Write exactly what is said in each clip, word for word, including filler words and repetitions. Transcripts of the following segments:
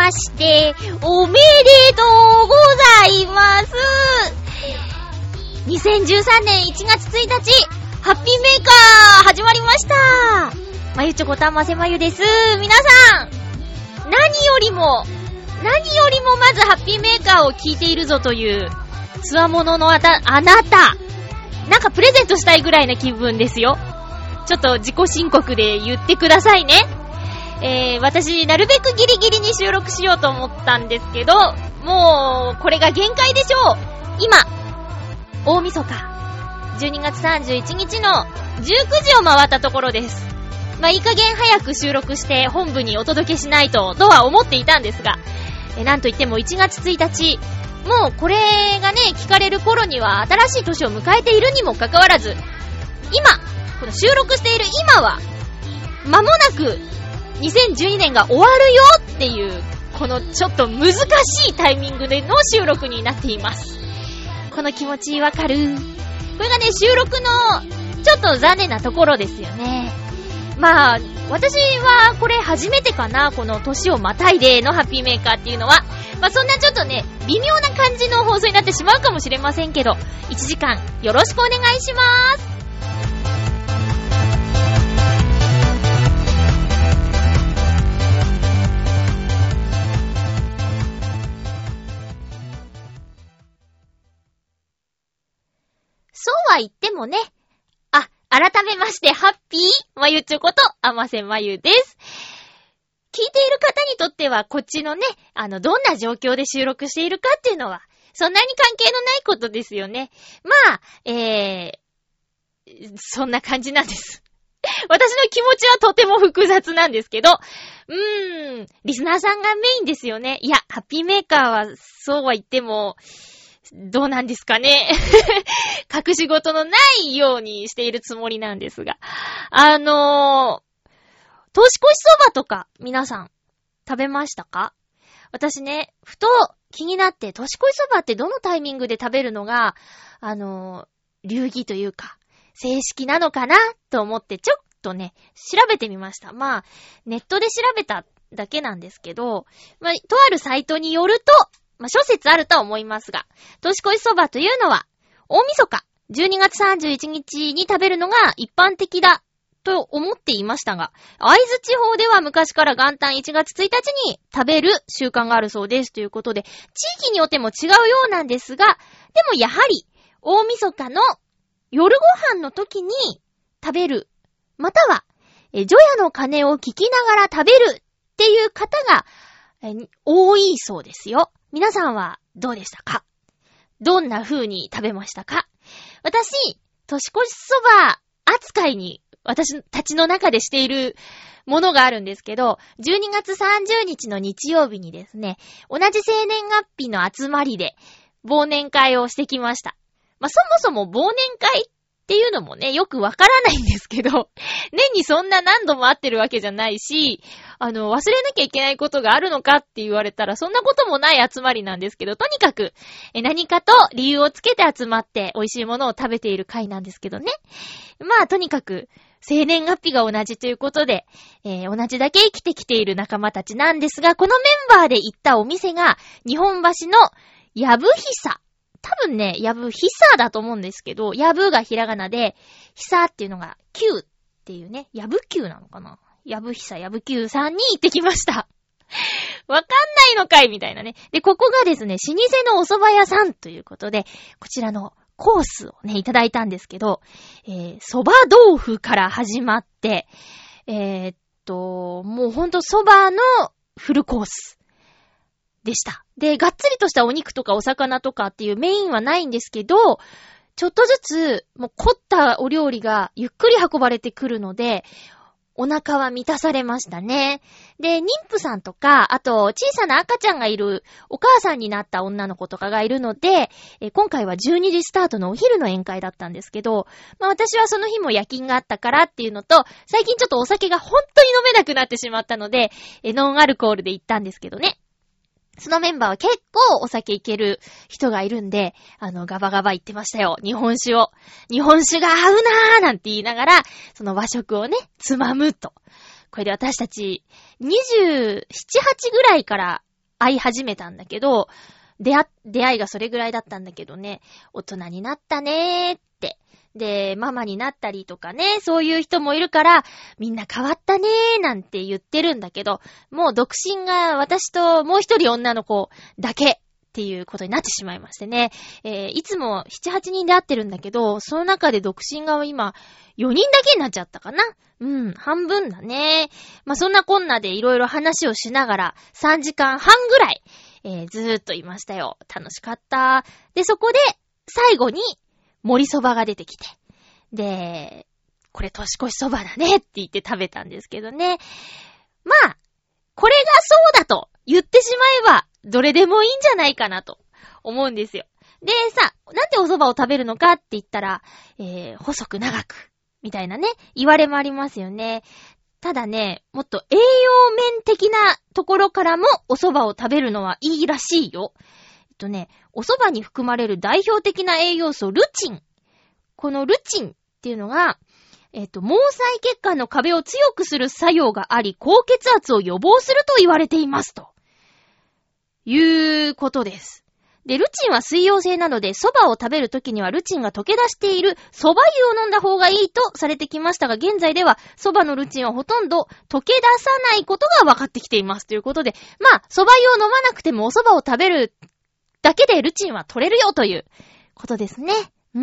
まして、おめでとうございます。にせんじゅうさんねんいちがつついたち、ハッピーメーカー始まりました。まゆちょこたませまゆです。皆さん、何よりも、何よりもまずハッピーメーカーを聞いているぞという、つわもののあた、あなた、なんかプレゼントしたいぐらいな気分ですよ。ちょっと自己申告で言ってくださいね。えー、私、なるべくギリギリに収録しようと思ったんですけど、もう、これが限界でしょう。今、大晦日、じゅうにがつさんじゅういちにちのじゅうくじを回ったところです。まあ、いい加減早く収録して本部にお届けしないと、とは思っていたんですが、えなんといってもいちがつついたち、もうこれがね、聞かれる頃には新しい年を迎えているにもかかわらず、今、この収録している今は、間もなく、にせんじゅうにねんが終わるよっていう、このちょっと難しいタイミングでの収録になっています。この気持ちわかる？これがね、収録のちょっと残念なところですよね。まあ、私はこれ初めてかな、この年をまたいでのハッピーメーカーっていうのは。まあそんなちょっとね、微妙な感じの放送になってしまうかもしれませんけど、いちじかんよろしくお願いします。そうは言ってもね、あ、改めましてハッピーまゆちょことあませまゆです。聞いている方にとってはこっちのね、あのどんな状況で収録しているかっていうのはそんなに関係のないことですよね。まあ、えー、そんな感じなんです。私の気持ちはとても複雑なんですけど、うーん、リスナーさんがメインですよね。いや、ハッピーメーカーはそうは言ってもどうなんですかね。隠し事のないようにしているつもりなんですが。あのー、年越しそばとか皆さん食べましたか？私ね、ふと気になって年越しそばってどのタイミングで食べるのが、あのー、流儀というか、正式なのかなと思ってちょっとね、調べてみました。まあ、ネットで調べただけなんですけど、まあ、とあるサイトによると、まあ、諸説あるとは思いますが、年越しそばというのは、大晦日、じゅうにがつさんじゅういちにちに食べるのが一般的だと思っていましたが、会津地方では昔から元旦いちがつついたちに食べる習慣があるそうですということで、地域によっても違うようなんですが、でもやはり、大晦日の夜ご飯の時に食べる、または、え除夜の鐘を聞きながら食べるっていう方が、え多いそうですよ。皆さんはどうでしたか？どんな風に食べましたか？私、年越しそば扱いに私たちの中でしているものがあるんですけど、じゅうにがつさんじゅうにちの日曜日にですね、同じ生年月日の集まりで忘年会をしてきました。まあ、そもそも忘年会っていうのもね、よくわからないんですけど、年にそんな何度も会ってるわけじゃないし、あの、忘れなきゃいけないことがあるのかって言われたら、そんなこともない集まりなんですけど、とにかく、え何かと理由をつけて集まって美味しいものを食べている会なんですけどね。まあ、とにかく、生年月日が同じということで、えー、同じだけ生きてきている仲間たちなんですが、このメンバーで行ったお店が、日本橋のやぶひさ。多分ね、やぶひさだと思うんですけど、やぶがひらがなで、ひさっていうのがきゅうっていうね、やぶきゅうなのかな？やぶひさ、やぶきゅうさんに行ってきました。わかんないのかいみたいなね。で、ここがですね、老舗のお蕎麦屋さんということで、こちらのコースをね、いただいたんですけど、えー、蕎麦豆腐から始まって、えー、っと、もうほんと蕎麦のフルコースでした。で、がっつりとしたお肉とかお魚とかっていうメインはないんですけど、ちょっとずつ、もう凝ったお料理がゆっくり運ばれてくるので、お腹は満たされましたね。で、妊婦さんとか、あと小さな赤ちゃんがいるお母さんになった女の子とかがいるので、え今回はじゅうにじスタートのお昼の宴会だったんですけど、まあ私はその日も夜勤があったからっていうのと、最近ちょっとお酒が本当に飲めなくなってしまったので、えノンアルコールで行ったんですけどね。そのメンバーは結構お酒いける人がいるんで、あの、ガバガバ言ってましたよ。日本酒を。日本酒が合うなーなんて言いながら、その和食をね、つまむと。これで私たち、にじゅうなな、はちぐらいから会い始めたんだけど、出会、出会いがそれぐらいだったんだけどね、大人になったねーって。で、ママになったりとかね、そういう人もいるから、みんな変わったねーなんて言ってるんだけど、もう独身が私ともう一人女の子だけっていうことになってしまいましてね。えー、いつもなな、はちにんで会ってるんだけど、その中で独身が今よにんだけになっちゃったかな。うん、半分だね。まあ、そんなこんなでいろいろ話をしながらさんじかんはんぐらい、えー、ずーっといましたよ。楽しかった。で、そこで最後に盛りそばが出てきて。で、これ年越しそばだねって言って食べたんですけどね。まあ、これがそうだと言ってしまえば、どれでもいいんじゃないかなと思うんですよ。でさ、なんでお蕎麦を食べるのかって言ったら、えー、細く長く、みたいなね、言われもありますよね。ただね、もっと栄養面的なところからもお蕎麦を食べるのはいいらしいよ。えっとね、お蕎麦に含まれる代表的な栄養素、ルチン。このルチンっていうのが、えっと、毛細血管の壁を強くする作用があり、高血圧を予防すると言われていますと。いうことです。で、ルチンは水溶性なので、蕎麦を食べるときにはルチンが溶け出している蕎麦湯を飲んだ方がいいとされてきましたが、現在では蕎麦のルチンはほとんど溶け出さないことが分かってきていますということで、まあ、蕎麦湯を飲まなくてもお蕎麦を食べるだけでルチンは取れるよということですね。うん。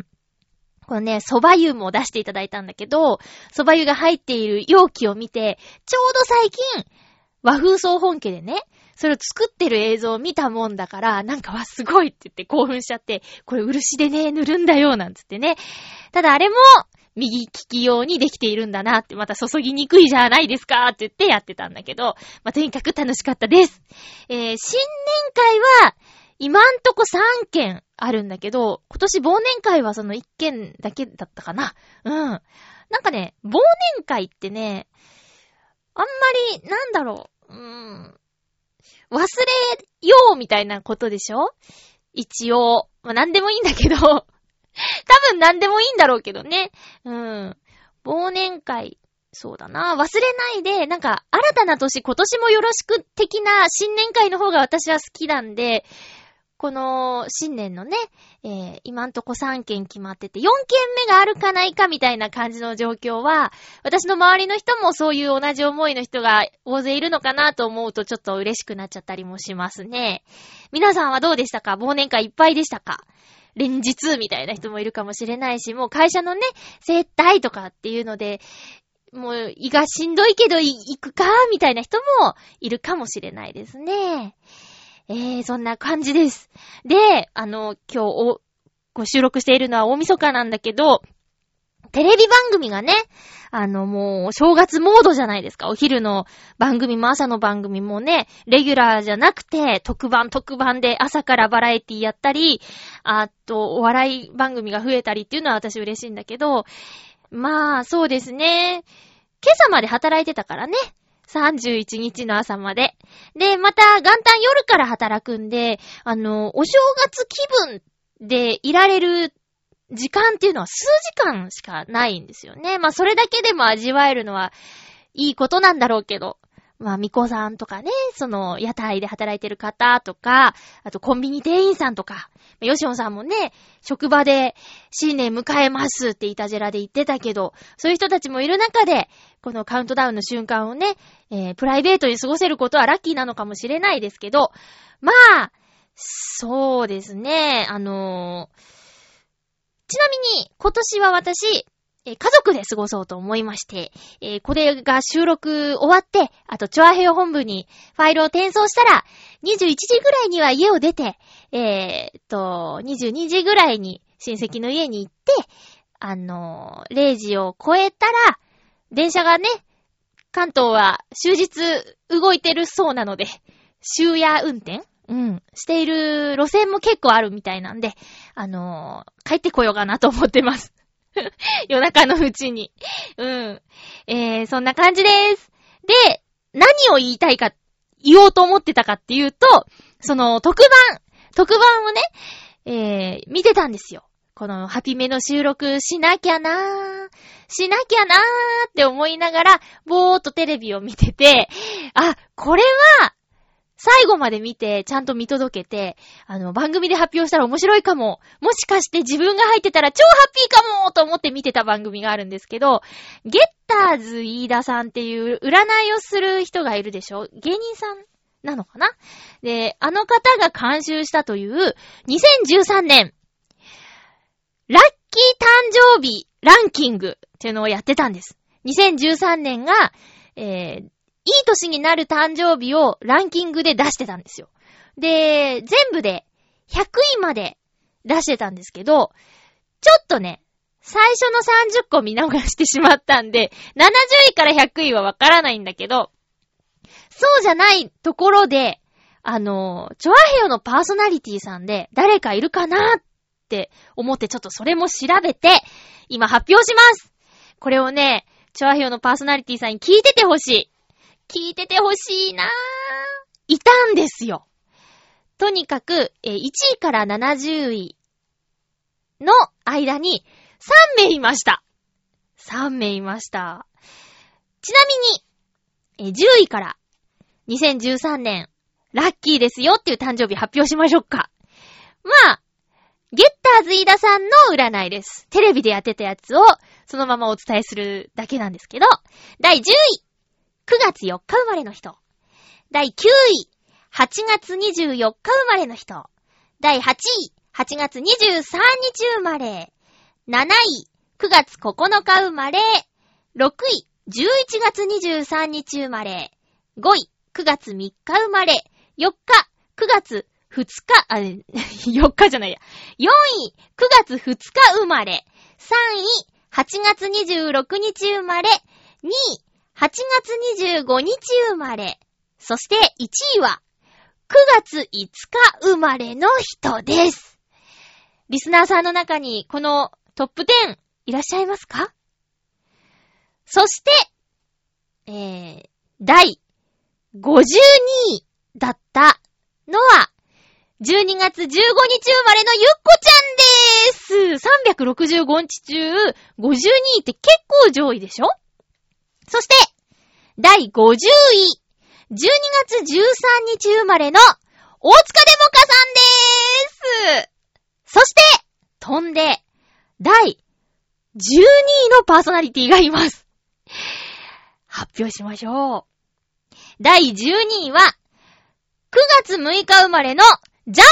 このね、蕎麦湯も出していただいたんだけど、蕎麦湯が入っている容器を見て、ちょうど最近、和風総本家でね、それを作ってる映像を見たもんだから、なんかわ、すごいって言って興奮しちゃって、これ漆でね、塗るんだよ、なんつってね。ただあれも、右利き用にできているんだなって、また注ぎにくいじゃないですかって言ってやってたんだけど、まあ、とにかく楽しかったです。えー、新年会は、今んとこさんけんあるんだけど、今年忘年会はそのいっけんだけだったかな。うん。なんかね、忘年会ってね、あんまり、なんだろう、うーん、忘れようみたいなことでしょ？一応。まあ、なんでもいいんだけど、多分なんでもいいんだろうけどね。うん。忘年会、そうだな。忘れないで、なんか、新たな年、今年もよろしく的な新年会の方が私は好きなんで、この新年のね、えー、今んとこさんけん決まってて、よんけんめがあるかないかみたいな感じの状況は、私の周りの人もそういう同じ思いの人が大勢いるのかなと思うとちょっと嬉しくなっちゃったりもしますね。皆さんはどうでしたか？忘年会いっぱいでしたか？連日みたいな人もいるかもしれないし、もう会社のね、接待とかっていうので、もう胃がしんどいけど行くかみたいな人もいるかもしれないですね。えー、そんな感じです。で、あの、今日お、ご収録しているのは大晦日なんだけど、テレビ番組がね、あの、もう、正月モードじゃないですか。お昼の番組も朝の番組もね、レギュラーじゃなくて、特番特番で朝からバラエティやったり、あと、お笑い番組が増えたりっていうのは私嬉しいんだけど、まあ、そうですね。今朝まで働いてたからね。さんじゅういちにちの朝まで。で、また元旦夜から働くんで、あの、お正月気分でいられる時間っていうのは数時間しかないんですよね。まあそれだけでも味わえるのはいいことなんだろうけど、まあみこさんとかね、その屋台で働いてる方とか、あとコンビニ店員さんとか、ヨシオンさんもね、職場で新年迎えますってイタジェラで言ってたけど、そういう人たちもいる中で、このカウントダウンの瞬間をね、えー、プライベートに過ごせることはラッキーなのかもしれないですけど、まあ、そうですね、あのー、ちなみに今年は私、えー、家族で過ごそうと思いまして、えー、これが収録終わって、あとチョアヘヨ本部にファイルを転送したら、にじゅういちじぐらいには家を出て、えー、っと、にじゅうにじぐらいに親戚の家に行って、あのー、れいじを超えたら、電車がね、関東は終日動いてるそうなので、終夜運転うん。している路線も結構あるみたいなんで、あのー、帰ってこようかなと思ってます。夜中のうちに。うん。えー、そんな感じです。で、何を言いたいか、言おうと思ってたかっていうと、その特番、特番をね、えー、見てたんですよ。このハピメの収録しなきゃなー、しなきゃなーって思いながら、ぼーっとテレビを見てて、あ、これは、 最後まで見て、ちゃんと見届けて、あの、番組で発表したら面白いかも。もしかして自分が入ってたら超ハッピーかもと思って見てた番組があるんですけど、ゲッターズ飯田さんっていう占いをする人がいるでしょ？芸人さんなのかな？で、あの方が監修したというにせんじゅうさんねん、ラッキー誕生日ランキングっていうのをやってたんです。にせんじゅうさんねんが、えー、いい年になる誕生日をランキングで出してたんですよ。で、全部でひゃくいまで出してたんですけど、ちょっとね、最初のさんじゅっこ見逃してしまったんで、ななじゅういからひゃくいはわからないんだけど、そうじゃないところで、あの、チョアヘヨのパーソナリティさんで誰かいるかなって思ってちょっとそれも調べて、今発表します。これをね、チョアヘヨのパーソナリティさんに聞いててほしい。聞いててほしいなぁ。いたんですよ。とにかく、えー、いちいからななじゅういの間にさんめいいました。さんめいいました。ちなみに、えー、じゅういからにせんじゅうさんねん、ラッキーですよっていう誕生日発表しましょうか。まあ、ゲッターズ飯田さんの占いです。テレビでやってたやつをそのままお伝えするだけなんですけど、だいじゅうい、くがつよっか生まれの人。だいきゅうい、はちがつにじゅうよっか生まれの人。だいはちい、はちがつにじゅうさんにち生まれ。なない、くがつここのか生まれ。ろくい、じゅういちがつにじゅうさんにち生まれ。ごい、くがつみっか生まれ。よっか、くがつふつか、あ、よっかじゃないや。よんい、くがつふつか生まれ。さんい、はちがつにじゅうろくにち生まれ。にい、はちがつにじゅうごにち生まれ。そしていちいはくがついつか生まれの人です。リスナーさんの中にこのトップじゅういらっしゃいますか？そして、えー、だいごじゅうにいだったのはじゅうにがつじゅうごにち生まれのゆっこちゃんでーす。さんびゃくろくじゅうごにち中ごじゅうにいって結構上位でしょ？そして、だいごじゅうい、じゅうにがつじゅうさんにち生まれの大塚デモカさんでーす。そして、飛んで、だいじゅうにいのパーソナリティがいます。発表しましょう。だいじゅうにいは、くがつむいか生まれのジャンボ中根ジュニ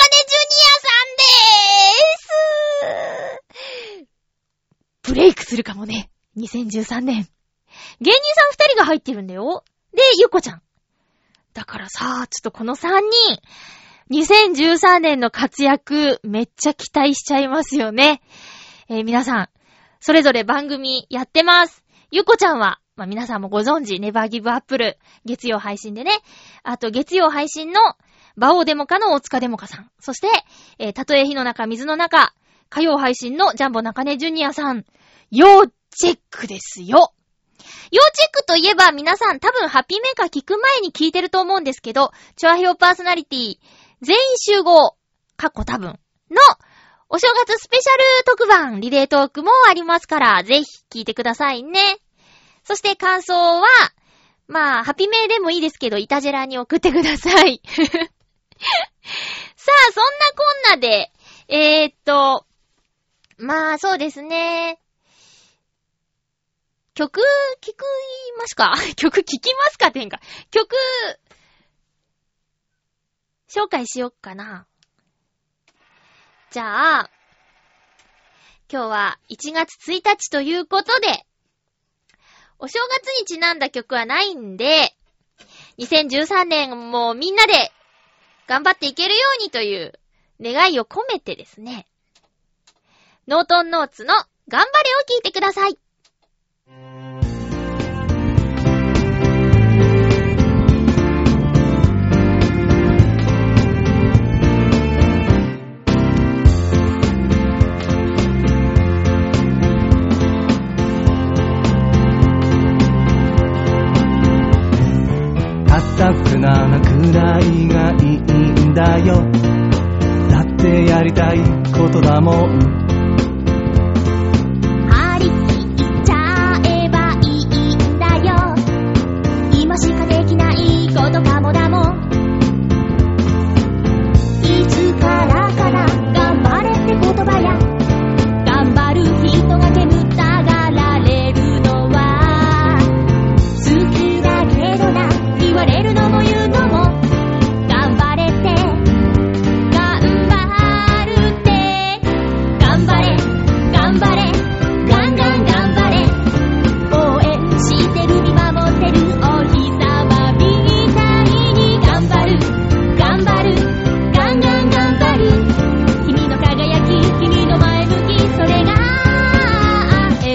アさんでーす。ブレイクするかもね。にせんじゅうさんねん。芸人さんふたりが入ってるんだよ。で、ゆっこちゃん。だからさ、ちょっとこのさんにん、にせんじゅうさんねんの活躍、めっちゃ期待しちゃいますよね。えー、皆さん、それぞれ番組やってます。ゆっこちゃんは、まあ、皆さんもご存知、ネバーギブアップル、月曜配信でね。あと、月曜配信の、バオデモカの大塚デモカさん。そして、えー、たとえ火の中、水の中、火曜配信のジャンボ中根ジュニアさん。要チェックですよ。要チェックといえば皆さん多分ハッピーメーカー聞く前に聞いてると思うんですけど、チョアヘヨパーソナリティ全員集合、かっこ多分のお正月スペシャル特番リレートークもありますから、ぜひ聞いてくださいね。そして感想は、まあ、ハッピーメーでもいいですけど、イタジェラに送ってください。さあ、そんなこんなで、えーっと、まあ、そうですね。曲、聞くいますか曲聞きますかって変か。曲、紹介しよっかな。じゃあ、今日はいちがつついたちということで、お正月にちなんだ曲はないんで、にせんじゅうさんねんもみんなで頑張っていけるようにという願いを込めてですね、ノートンノーツの頑張れを聞いてください。 タフなくらいがいいんだよ。だってやりたいことだもん。 張り切っちゃえばいいんだよ。今しかできないことかもだもん。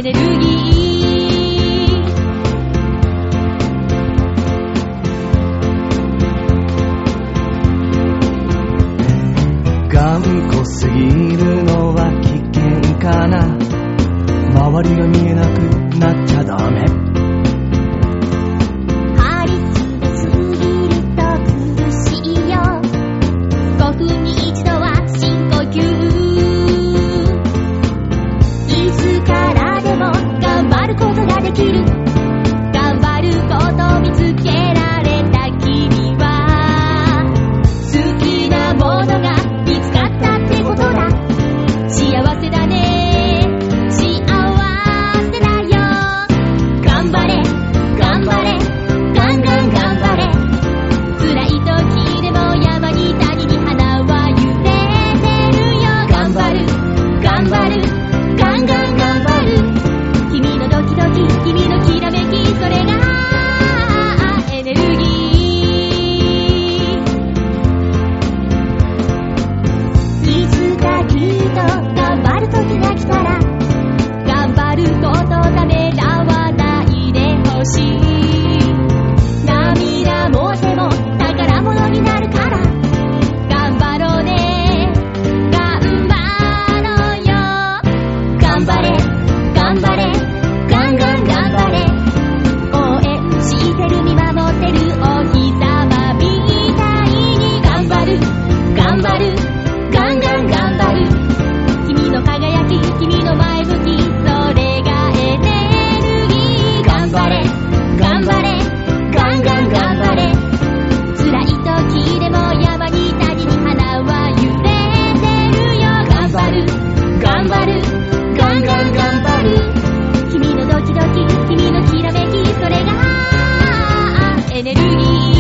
エネルギー。 頑固すぎるのは危険かな。周りが見えなくなっちゃダメ。 ハリスですぎると苦しいよ。ごふんに一度は深呼吸。いつからでも頑張ることができる。頑張ることを見つけられた君は好きなものが見つかったってことだ。幸せだね。頑張れ頑張れガンガン頑張れ。辛い時でも山に谷に花は揺れてるよ。頑張る頑張るガンガン頑張る。君のドキドキ君のきらめき、それがエネルギー。いつかきっと頑張る時が来たら頑張ることためらわないでほしい。涙もでも宝物になるから頑張ろうね。頑張ろうよ。頑張れ頑張れガンガン頑張れ。応援してる見守ってるお日様みたいに頑張る頑張るガンガン頑張る。君の輝き君の前向き、それがエネルギー。頑張れ頑張れガンガン頑張れ。辛い時でも山に谷に花は揺れてるよ。頑張る頑張るガンガン頑張る。君のドキドキ君のきらめき、それがエネルギー。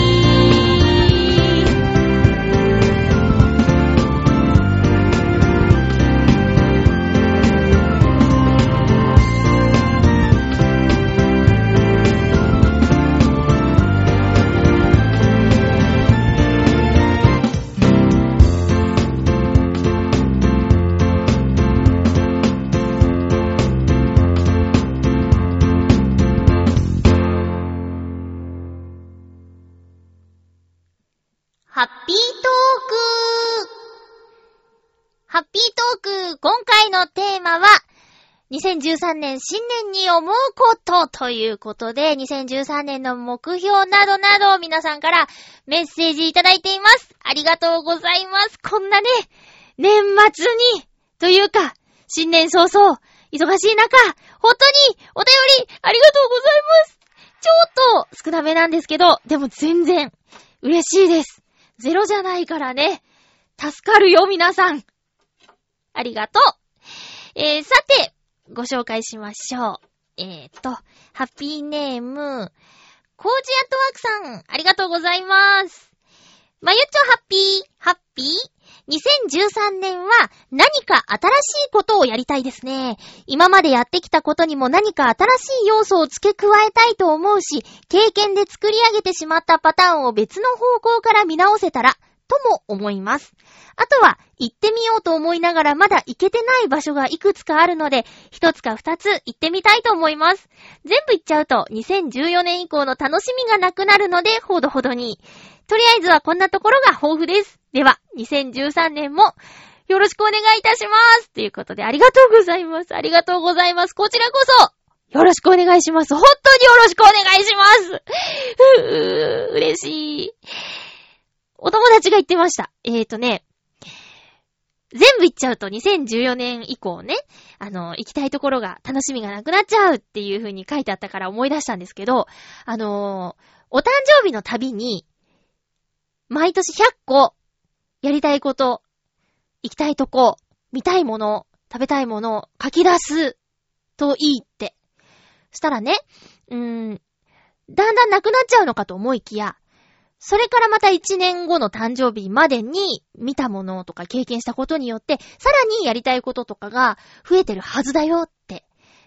ハッピートークハッピートーク今回のテーマは、にせんじゅうさんねん新年に思うことということで、にせんじゅうさんねんの目標などなど皆さんからメッセージいただいています。ありがとうございます。こんなね、年末に、というか、新年早々、忙しい中、本当にお便りありがとうございます。ちょっと少なめなんですけど、でも全然嬉しいです。ゼロじゃないからね。助かるよ、皆さん。ありがとう。えー、さて、ご紹介しましょう。えーと、ハッピーネーム、コージアットワークさん、ありがとうございます。まゆっちょハッピー、ハッピーにせんじゅうさんねんは何か新しいことをやりたいですね。今までやってきたことにも何か新しい要素を付け加えたいと思うし、経験で作り上げてしまったパターンを別の方向から見直せたら、とも思います。あとは、行ってみようと思いながらまだ行けてない場所がいくつかあるので、一つか二つ行ってみたいと思います。全部行っちゃうと、にせんじゅうよねん以降の楽しみがなくなるので、ほどほどに。とりあえずはこんなところが豊富です。では、にせんじゅうさんねんもよろしくお願いいたします。ということで、ありがとうございます。ありがとうございます。こちらこそ、よろしくお願いします。本当によろしくお願いします。うー、嬉しい。お友達が言ってました。えーとね、全部行っちゃうとにせんじゅうよねん以降ね、あの、行きたいところが楽しみがなくなっちゃうっていう風に書いてあったから思い出したんですけど、あのー、お誕生日のたびに、毎年ひゃっこ、やりたいこと、行きたいとこ、見たいもの、食べたいものを書き出すといいって。そしたらね、うーん、だんだんなくなっちゃうのかと思いきや、それからまたいちねんごの誕生日までに見たものとか経験したことによって、さらにやりたいこととかが増えてるはずだよって。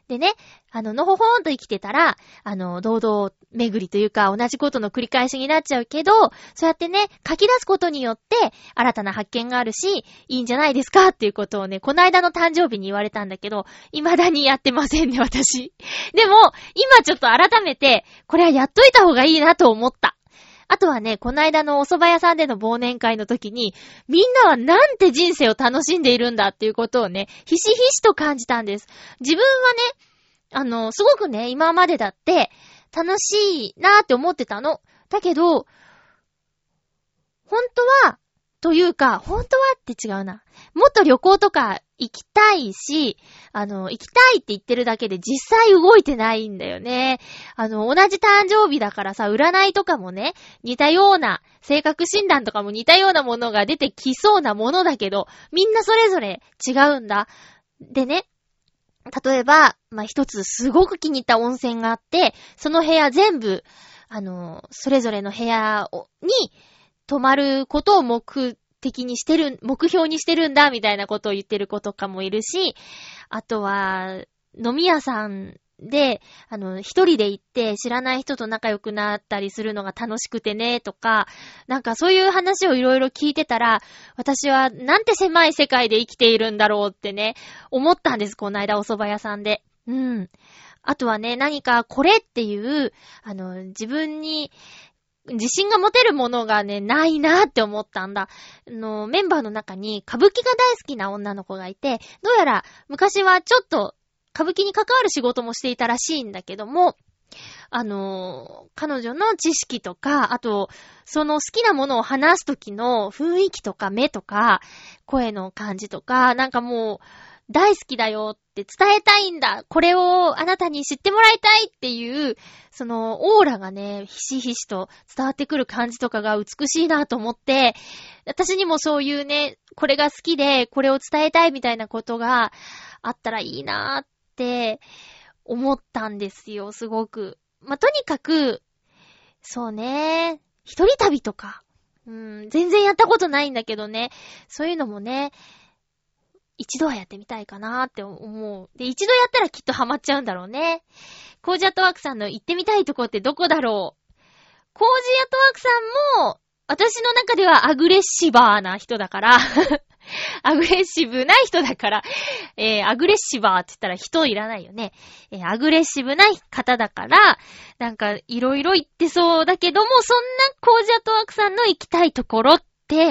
でね、あの、のほほーんと生きてたら、あの、堂々巡りというか、同じことの繰り返しになっちゃうけど、そうやってね、書き出すことによって、新たな発見があるし、いいんじゃないですかっていうことをね、この間の誕生日に言われたんだけど、未だにやってませんね、私。でも、今ちょっと改めて、これはやっといた方がいいなと思った。あとはね、この間のお蕎麦屋さんでの忘年会の時に、みんなはなんて人生を楽しんでいるんだっていうことをね、ひしひしと感じたんです。自分はね、あの、すごくね、今までだって楽しいなーって思ってたの。だけど、本当は、というか、本当はって違うな。もっと旅行とか行きたいし、あの、行きたいって言ってるだけで実際動いてないんだよね。あの、同じ誕生日だからさ、占いとかもね、似たような、性格診断とかも似たようなものが出てきそうなものだけど、みんなそれぞれ違うんだ。でね、例えば、まあ、一つすごく気に入った温泉があって、その部屋全部、あの、それぞれの部屋に泊まることを目的にしてる、目標にしてるんだ、みたいなことを言ってる子とかもいるし、あとは、飲み屋さんで、あの、一人で行って知らない人と仲良くなったりするのが楽しくてね、とか、なんかそういう話をいろいろ聞いてたら、私はなんて狭い世界で生きているんだろうってね、思ったんです、この間お蕎麦屋さんで。うん。あとはね、何かこれっていう、あの、自分に、自信が持てるものがね、ないなって思ったんだ。あの、メンバーの中に歌舞伎が大好きな女の子がいて、どうやら昔はちょっと歌舞伎に関わる仕事もしていたらしいんだけども、あの、彼女の知識とか、あと、その好きなものを話す時の雰囲気とか目とか、声の感じとか、なんかもう、大好きだよって伝えたいんだ。これをあなたに知ってもらいたいっていう、そのオーラがね、ひしひしと伝わってくる感じとかが美しいなと思って、私にもそういうね、これが好きで、これを伝えたいみたいなことがあったらいいなって思ったんですよ、すごく。まあ、とにかく、そうね、一人旅とか、うん、全然やったことないんだけどね、そういうのもね、一度はやってみたいかなーって思う。で、一度やったらきっとハマっちゃうんだろうね。コージアットワークさんの行ってみたいとこってどこだろう。コージアットワークさんも、私の中ではアグレッシバーな人だから、アグレッシブな人だから、えー、アグレッシバーって言ったら人いらないよね。えー、アグレッシブな方だから、なんかいろいろ言ってそうだけども、そんなコージアットワークさんの行きたいところって、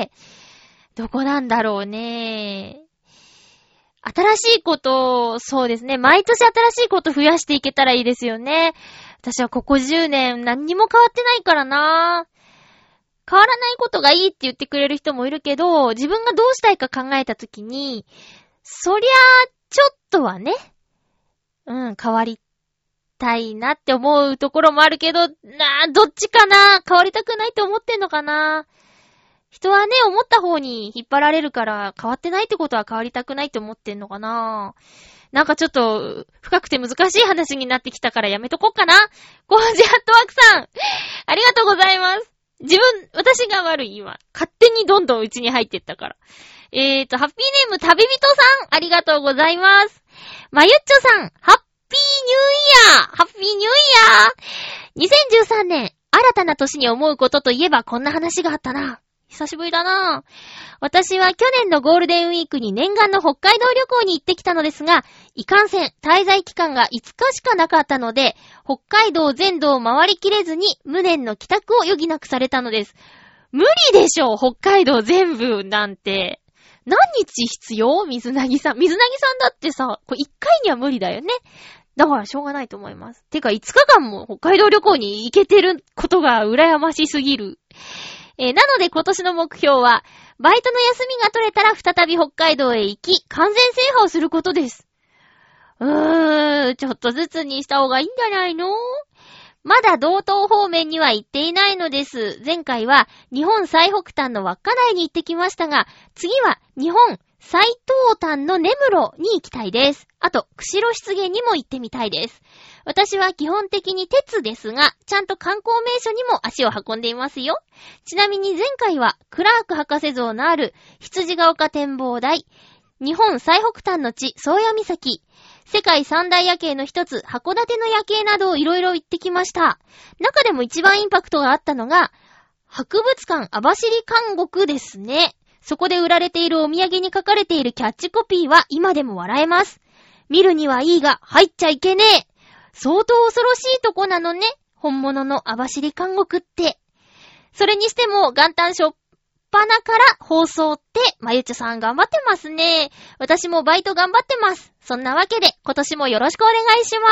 どこなんだろうね。新しいことを、そうですね。毎年新しいこと増やしていけたらいいですよね。私はここじゅうねん何にも変わってないからな。変わらないことがいいって言ってくれる人もいるけど、自分がどうしたいか考えたときに、そりゃあ、ちょっとはね、うん、変わりたいなって思うところもあるけど、なあ、どっちかな。変わりたくないって思ってんのかな。人はね、思った方に引っ張られるから変わってないってことは変わりたくないって思ってんのかな。なんかちょっと深くて難しい話になってきたからやめとこうかな。コージアットワークさん、ありがとうございます。自分、私が悪い今。勝手にどんどんうちに入ってったから。えーと、ハッピーネーム旅人さん、ありがとうございます。まゆっちょさん、ハッピーニューイヤーハッピーニューイヤー にせんじゅうさん 年、新たな年に思うことといえばこんな話があったな。久しぶりだな。私は去年のゴールデンウィークに念願の北海道旅行に行ってきたのですが、いかんせん滞在期間がいつかしかなかったので、北海道全土を回りきれずに無念の帰宅を余儀なくされたのです。無理でしょ、北海道全部なんて。何日必要？水なぎさん。水なぎさんだってさ、これいっかいには無理だよね。だからしょうがないと思います。てかいつかかんも北海道旅行に行けてることが羨ましすぎる。えー、なので今年の目標は、バイトの休みが取れたら再び北海道へ行き、完全制覇をすることです。うーん、ちょっとずつにした方がいいんじゃないの？まだ道東方面には行っていないのです。前回は日本最北端の稚内に行ってきましたが、次は日本最東端の根室に行きたいです。あと、釧路湿原にも行ってみたいです。私は基本的に鉄ですが、ちゃんと観光名所にも足を運んでいますよ。ちなみに前回はクラーク博士像のある羊ヶ丘展望台、日本最北端の地宗谷岬、 世界三大夜景の一つ、函館の夜景などをいろいろ行ってきました。中でも一番インパクトがあったのが、博物館網走監獄ですね。そこで売られているお土産に書かれているキャッチコピーは今でも笑えます。見るにはいいが入っちゃいけねえ。相当恐ろしいとこなのね。本物の網走監獄って。それにしても元旦しょっぱなから放送って、まゆちょさん頑張ってますね。私もバイト頑張ってます。そんなわけで今年もよろしくお願いします。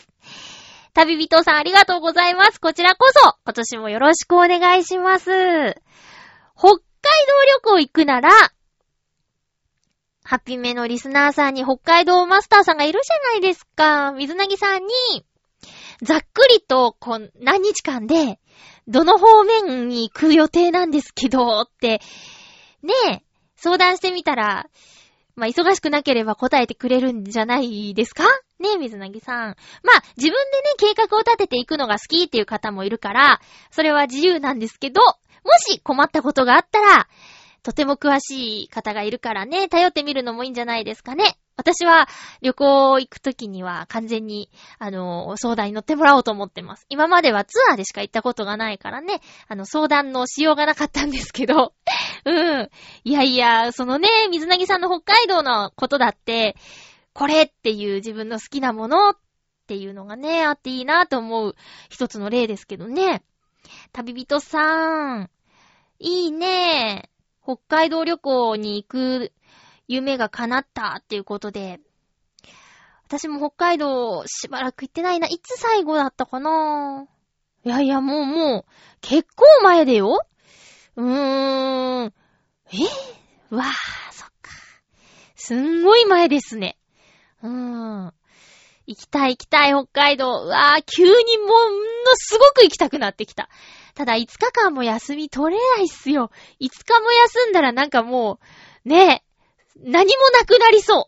旅人さんありがとうございます。こちらこそ今年もよろしくお願いします。北海道旅行行くなら、ハッピーメのリスナーさんに北海道マスターさんがいるじゃないですか。水なぎさんに、ざっくりとこう何日間で、どの方面に行く予定なんですけど、って、ねえ、相談してみたら、まあ、忙しくなければ答えてくれるんじゃないですかねえ、水なぎさん。まあ、自分でね、計画を立てていくのが好きっていう方もいるから、それは自由なんですけど、もし困ったことがあったら、とても詳しい方がいるからね、頼ってみるのもいいんじゃないですかね。私は旅行行くときには完全に、あの、相談に乗ってもらおうと思ってます。今まではツアーでしか行ったことがないからね、あの、相談のしようがなかったんですけど、うん。いやいや、そのね、水なぎさんの北海道のことだって、これっていう自分の好きなものっていうのがね、あっていいなと思う一つの例ですけどね。旅人さん、いいね。北海道旅行に行く夢が叶ったっていうことで、私も北海道しばらく行ってないな。いつ最後だったかな。いやいや、もうもう、結構前でよ。うーん。えー、わー、そっか。すんごい前ですね。うーん。行きたい行きたい北海道。うわー、急にものすごく行きたくなってきた。ただいつかかんも休み取れないっすよ。いつかも休んだらなんかもう、ねえ、何もなくなりそう。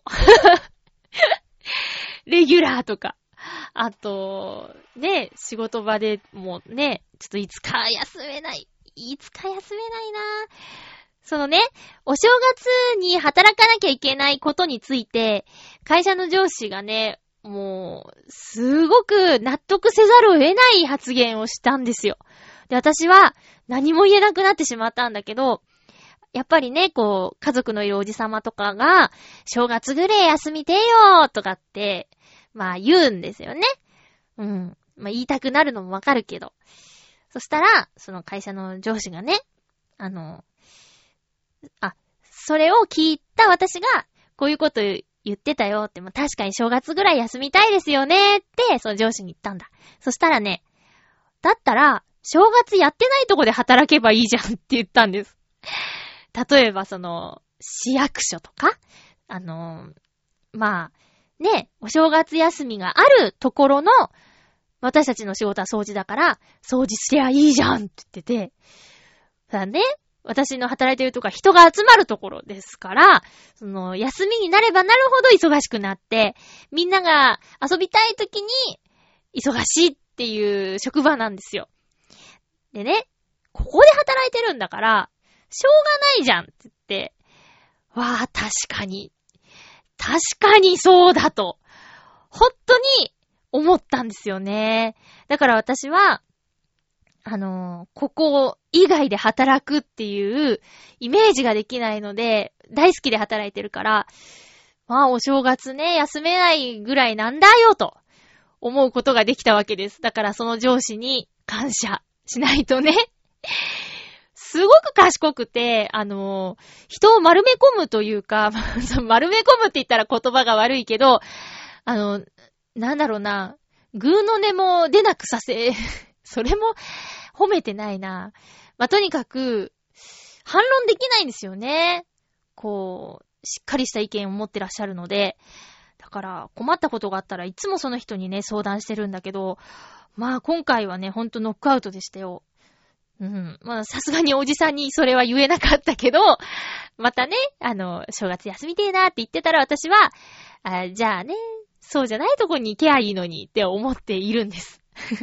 レギュラーとか。あと、ね、仕事場でもね、ちょっといつか休めない。いつか休めないな。そのね、お正月に働かなきゃいけないことについて、会社の上司がね、もう、すごく納得せざるを得ない発言をしたんですよ。で、私は何も言えなくなってしまったんだけど、やっぱりね、こう、家族のいるおじさまとかが、正月ぐらい休みてよーとかって、まあ言うんですよね。うん。まあ言いたくなるのもわかるけど。そしたら、その会社の上司がね、あの、あ、それを聞いた私が、こういうこと言ってたよって、まあ確かに正月ぐらい休みたいですよねって、その上司に言ったんだ。そしたらね、だったら、正月やってないとこで働けばいいじゃんって言ったんです。例えばその、市役所とか、あの、まあ、ね、お正月休みがあるところの、私たちの仕事は掃除だから、掃除すりゃいいじゃんって言ってて、ただね、私の働いてるとこは人が集まるところですから、その、休みになればなるほど忙しくなって、みんなが遊びたい時に、忙しいっていう職場なんですよ。でね、ここで働いてるんだから、しょうがないじゃんって言って、わあ、確かに、確かにそうだと、本当に思ったんですよね。だから私は、あのー、ここ以外で働くっていうイメージができないので、大好きで働いてるから、まあお正月ね、休めないぐらいなんだよと思うことができたわけです。だからその上司に感謝しないとね。すごく賢くて、あの、人を丸め込むというか、丸め込むって言ったら言葉が悪いけど、あの、なんだろうな、グーの音も出なくさせ、それも褒めてないな。まあ、とにかく、反論できないんですよね。こう、しっかりした意見を持ってらっしゃるので、だから困ったことがあったらいつもその人にね、相談してるんだけど、まあ今回はね、ほんとノックアウトでしたよ。うん。まあさすがにおじさんにそれは言えなかったけど、またね、あの、正月休みてえなって言ってたら私は、あ、じゃあね、そうじゃないとこに行けばいいのにって思っているんです。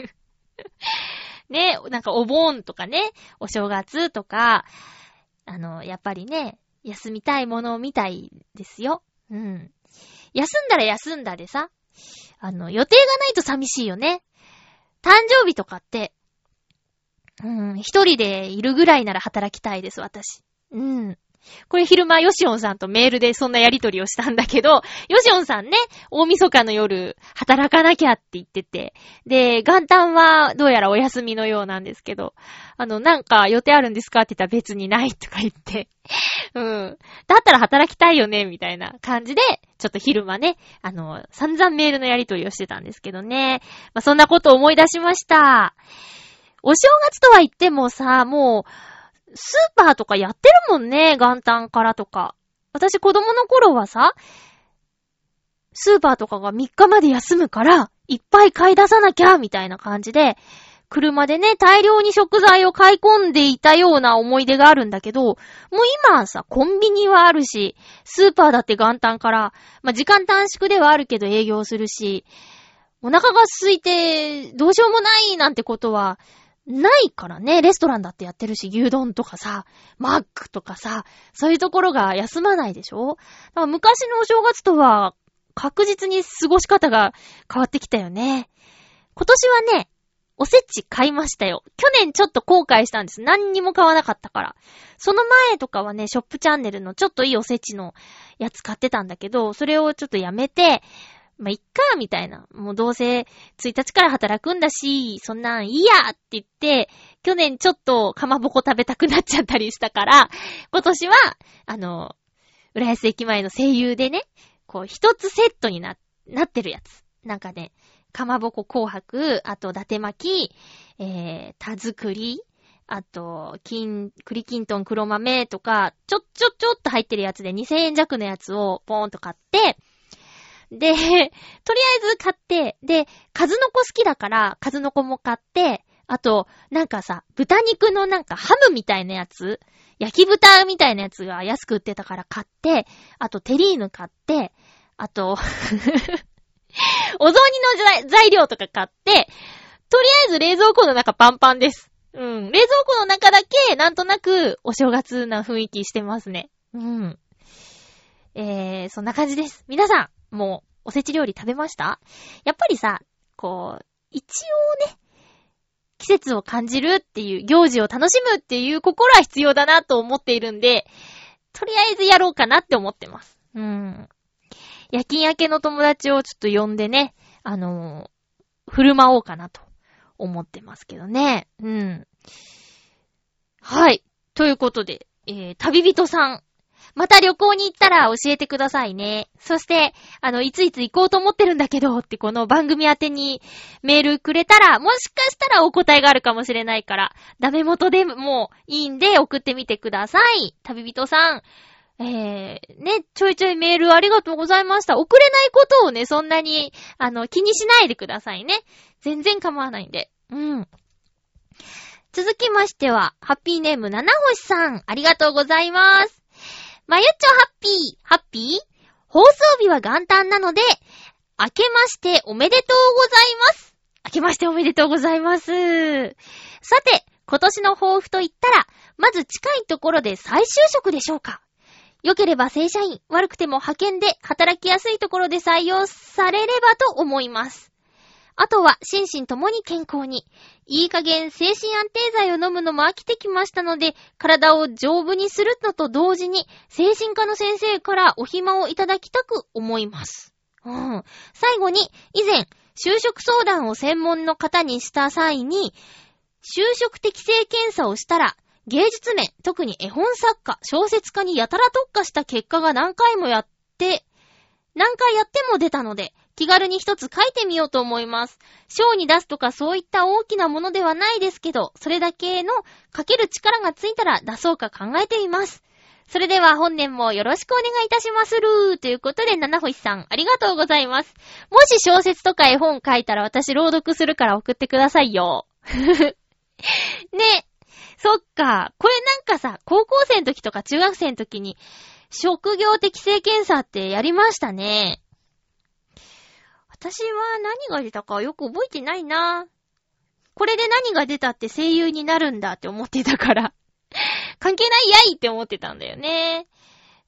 ね、なんかお盆とかね、お正月とか、あの、やっぱりね、休みたいものを見たいですよ。うん。 休んだら休んだでさ、あの、予定がないと寂しいよね。誕生日とかって、うん、一人でいるぐらいなら働きたいです、私。うん。これ昼間ヨシオンさんとメールでそんなやりとりをしたんだけど、ヨシオンさんね、大晦日の夜働かなきゃって言ってて、で、元旦はどうやらお休みのようなんですけど、あの、なんか予定あるんですかって言ったら別にないとか言って、うん。だったら働きたいよね、みたいな感じで、ちょっと昼間ね、あの、散々メールのやりとりをしてたんですけどね。まあ、そんなことを思い出しました。お正月とは言ってもさ、もう、スーパーとかやってるもんね、元旦からとか。私子供の頃はさ、スーパーとかがみっかまで休むから、いっぱい買い出さなきゃ、みたいな感じで、車でね、大量に食材を買い込んでいたような思い出があるんだけど、もう今はさ、コンビニはあるし、スーパーだって元旦から、まあ、時間短縮ではあるけど営業するし、お腹が空いて、どうしようもないなんてことは、ないからね、レストランだってやってるし、牛丼とかさ、マックとかさ、そういうところが休まないでしょ？だから昔のお正月とは確実に過ごし方が変わってきたよね。今年はね、おせち買いましたよ。去年ちょっと後悔したんです。何にも買わなかったから。その前とかはね、ショップチャンネルのちょっといいおせちのやつ買ってたんだけど、それをちょっとやめて、まあ、いっか、みたいな。もうどうせ、ついたちから働くんだし、そんなんいいやって言って、去年ちょっとかまぼこ食べたくなっちゃったりしたから、今年は、あの、浦安駅前の声優でね、こう、一つセットにな、なってるやつ。なんかね、かまぼこ紅白、あと、伊達巻き、えー、田作り、あと、金、栗きんとん黒豆とか、ちょ、ちょ、ちょっと入ってるやつでにせんえん弱のやつをポーンと買って、で、とりあえず買って、で、数の子好きだから、数の子も買って、あと、なんかさ、豚肉のなんかハムみたいなやつ、焼き豚みたいなやつが安く売ってたから買って、あとテリーヌ買って、あと、お雑煮の材料とか買って、とりあえず冷蔵庫の中パンパンです。うん。冷蔵庫の中だけ、なんとなく、お正月な雰囲気してますね。うん。えー、そんな感じです。皆さん、もう、おせち料理食べました？やっぱりさ、こう、一応ね、季節を感じるっていう、行事を楽しむっていう心は必要だなと思っているんで、とりあえずやろうかなって思ってます。うん。夜勤明けの友達をちょっと呼んでね、あのー、振る舞おうかなと思ってますけどね。うん。はい。ということで、えー、旅人さん。また旅行に行ったら教えてくださいね。そして、あの、いついつ行こうと思ってるんだけど、ってこの番組宛てにメールくれたら、もしかしたらお答えがあるかもしれないから、ダメ元でもいいんで送ってみてください。旅人さん。えー、ね、ちょいちょいメールありがとうございました。送れないことをね、そんなに、あの、気にしないでくださいね。全然構わないんで。うん。続きましては、ハッピーネーム七星さん、ありがとうございます。まゆっちょハッピー、ハッピー？放送日は元旦なので、明けましておめでとうございます。明けましておめでとうございます。さて、今年の抱負と言ったら、まず近いところで再就職でしょうか。良ければ正社員、悪くても派遣で働きやすいところで採用されればと思います。あとは心身ともに健康に、いい加減精神安定剤を飲むのも飽きてきましたので、体を丈夫にするのと同時に、精神科の先生からお暇をいただきたく思います。うん、最後に、以前、就職相談を専門の方にした際に、就職適性検査をしたら、芸術面、特に絵本作家、小説家にやたら特化した結果が何回もやって、何回やっても出たので、気軽に一つ書いてみようと思います。賞に出すとかそういった大きなものではないですけど、それだけの書ける力がついたら出そうか考えてみます。それでは本年もよろしくお願いいたしまする。ということで、七星さん、ありがとうございます。もし小説とか絵本書いたら私朗読するから送ってくださいよ。ね。そっか。これなんかさ、高校生の時とか中学生の時に、職業適性検査ってやりましたね。私は何が出たかよく覚えてないな。これで何が出たって声優になるんだって思ってたから。関係ないやいって思ってたんだよね。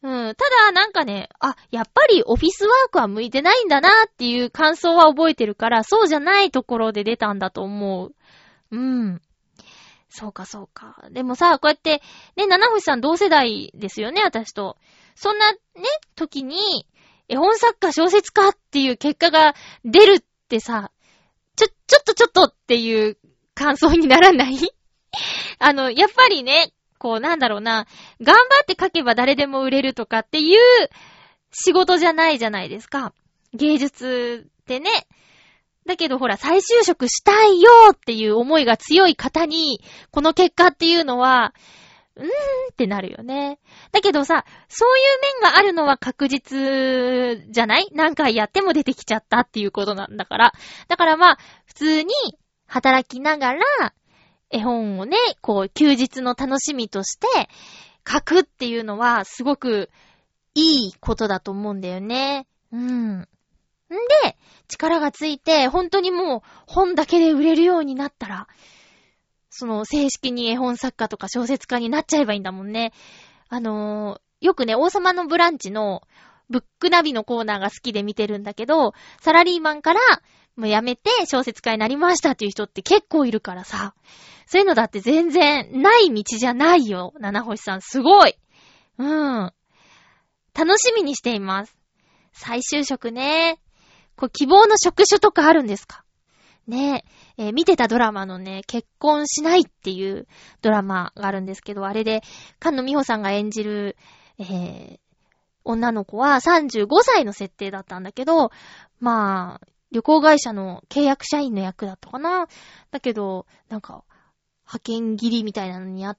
うん。ただ、なんかね、あ、やっぱりオフィスワークは向いてないんだなっていう感想は覚えてるから、そうじゃないところで出たんだと思う。うん。そうか、そうか。でもさ、こうやって、ね、七星さん同世代ですよね、私と。そんな、ね、時に、絵本作家小説家っていう結果が出るってさ、ちょ、ちょっとちょっとっていう感想にならないあの、やっぱりね、こうなんだろうな、頑張って書けば誰でも売れるとかっていう仕事じゃないじゃないですか。芸術ってね。だけどほら、再就職したいよっていう思いが強い方に、この結果っていうのは、うーんってなるよね。だけどさ、そういう面があるのは確実じゃない？何回やっても出てきちゃったっていうことなんだから。だからまあ、普通に働きながら、絵本をね、こう、休日の楽しみとして書くっていうのは、すごくいいことだと思うんだよね。うん。んで、力がついて、本当にもう本だけで売れるようになったら、その正式に絵本作家とか小説家になっちゃえばいいんだもんね。あのー、よくね、王様のブランチのブックナビのコーナーが好きで見てるんだけど、サラリーマンからもう辞めて小説家になりましたっていう人って結構いるからさ、そういうのだって全然ない道じゃないよ、七星さん。すごい。うん。楽しみにしています。再就職ね。こう希望の職種とかあるんですかねえ、えー、見てたドラマのね、結婚しないっていうドラマがあるんですけど、あれで、菅野美穂さんが演じる、えー、女の子はさんじゅうごさいの設定だったんだけど、まあ、旅行会社の契約社員の役だったかな。だけど、なんか、派遣切りみたいなのにあって、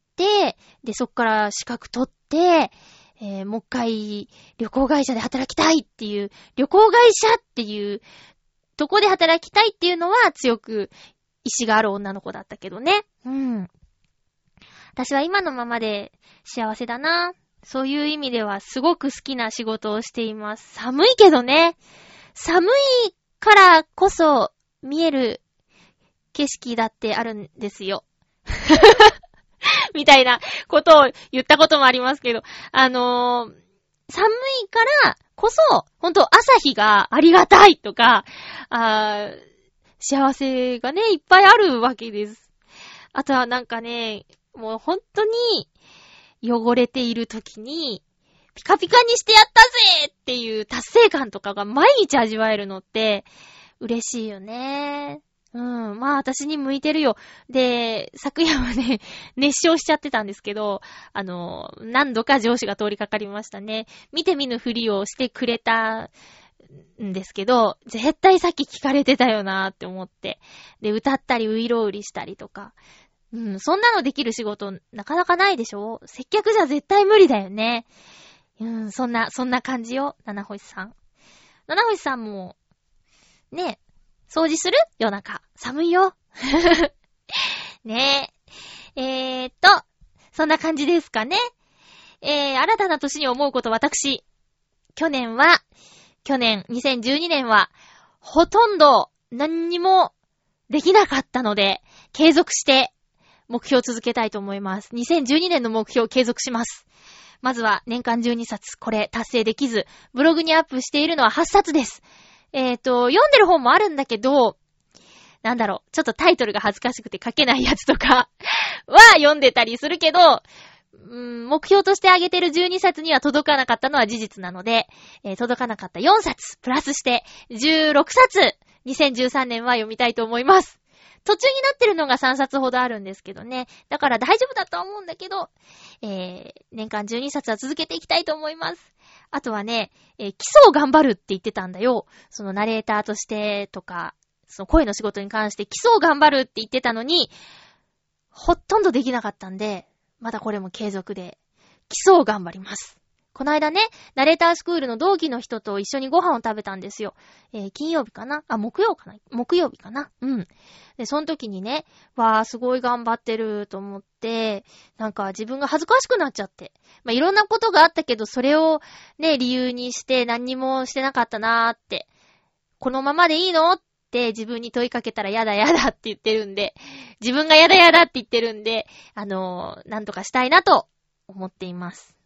で、そっから資格取って、えー、もう一回旅行会社で働きたいっていう、旅行会社っていうとこで働きたいっていうのは強く意志がある女の子だったけどね。うん。私は今のままで幸せだな。そういう意味ではすごく好きな仕事をしています。寒いけどね。寒いからこそ見える景色だってあるんですよ。みたいなことを言ったこともありますけど、あのー、寒いからこそ、ほんと朝日がありがたいとか、あー、幸せがね、いっぱいあるわけです。あとはなんかね、もうほんとに汚れている時に、ピカピカにしてやったぜっていう達成感とかが毎日味わえるのって嬉しいよね。うん。まあ私に向いてるよ。で、昨夜はね、熱唱しちゃってたんですけど、あの、何度か上司が通りかかりましたね。見て見ぬふりをしてくれたんですけど、絶対さっき聞かれてたよなーって思って。で、歌ったりウイロウリしたりとか。うん、そんなのできる仕事なかなかないでしょ？接客じゃ絶対無理だよね。うん、そんな、そんな感じよ、七星さん。七星さんも、ね、掃除する？夜中。寒いよ。ねえ。えーっと、そんな感じですかね。えー、新たな年に思うこと私。去年は、去年、にせんじゅうにねんは、ほとんど何にもできなかったので、継続して目標を続けたいと思います。にせんじゅうにねんの目標を継続します。まずは年間じゅうにさつ、これ達成できず、ブログにアップしているのははっさつです。えーと、読んでる本もあるんだけど、なんだろう、ちょっとタイトルが恥ずかしくて書けないやつとかは読んでたりするけど、うん、目標としてあげてるじゅうにさつには届かなかったのは事実なので、えー、届かなかったよんさつ、プラスしてじゅうろくさつ、にせんじゅうさんねんは読みたいと思います。途中になってるのがさんさつほどあるんですけどね。だから大丈夫だと思うんだけど、えー、年間じゅうにさつは続けていきたいと思います。あとはね、えー、基礎を頑張るって言ってたんだよ。そのナレーターとしてとか、その声の仕事に関して基礎を頑張るって言ってたのに、ほとんどできなかったんで、まだこれも継続で、基礎を頑張ります。この間ね、ナレータースクールの同期の人と一緒にご飯を食べたんですよ。えー、金曜日かなあ、木曜かな木曜日かなうん。で、その時にね、わー、すごい頑張ってると思って、なんか自分が恥ずかしくなっちゃって。まあ、いろんなことがあったけど、それをね、理由にして何にもしてなかったなーって。このままでいいのって自分に問いかけたらやだやだって言ってるんで、自分がやだやだって言ってるんで、あのー、なんとかしたいなと思っています。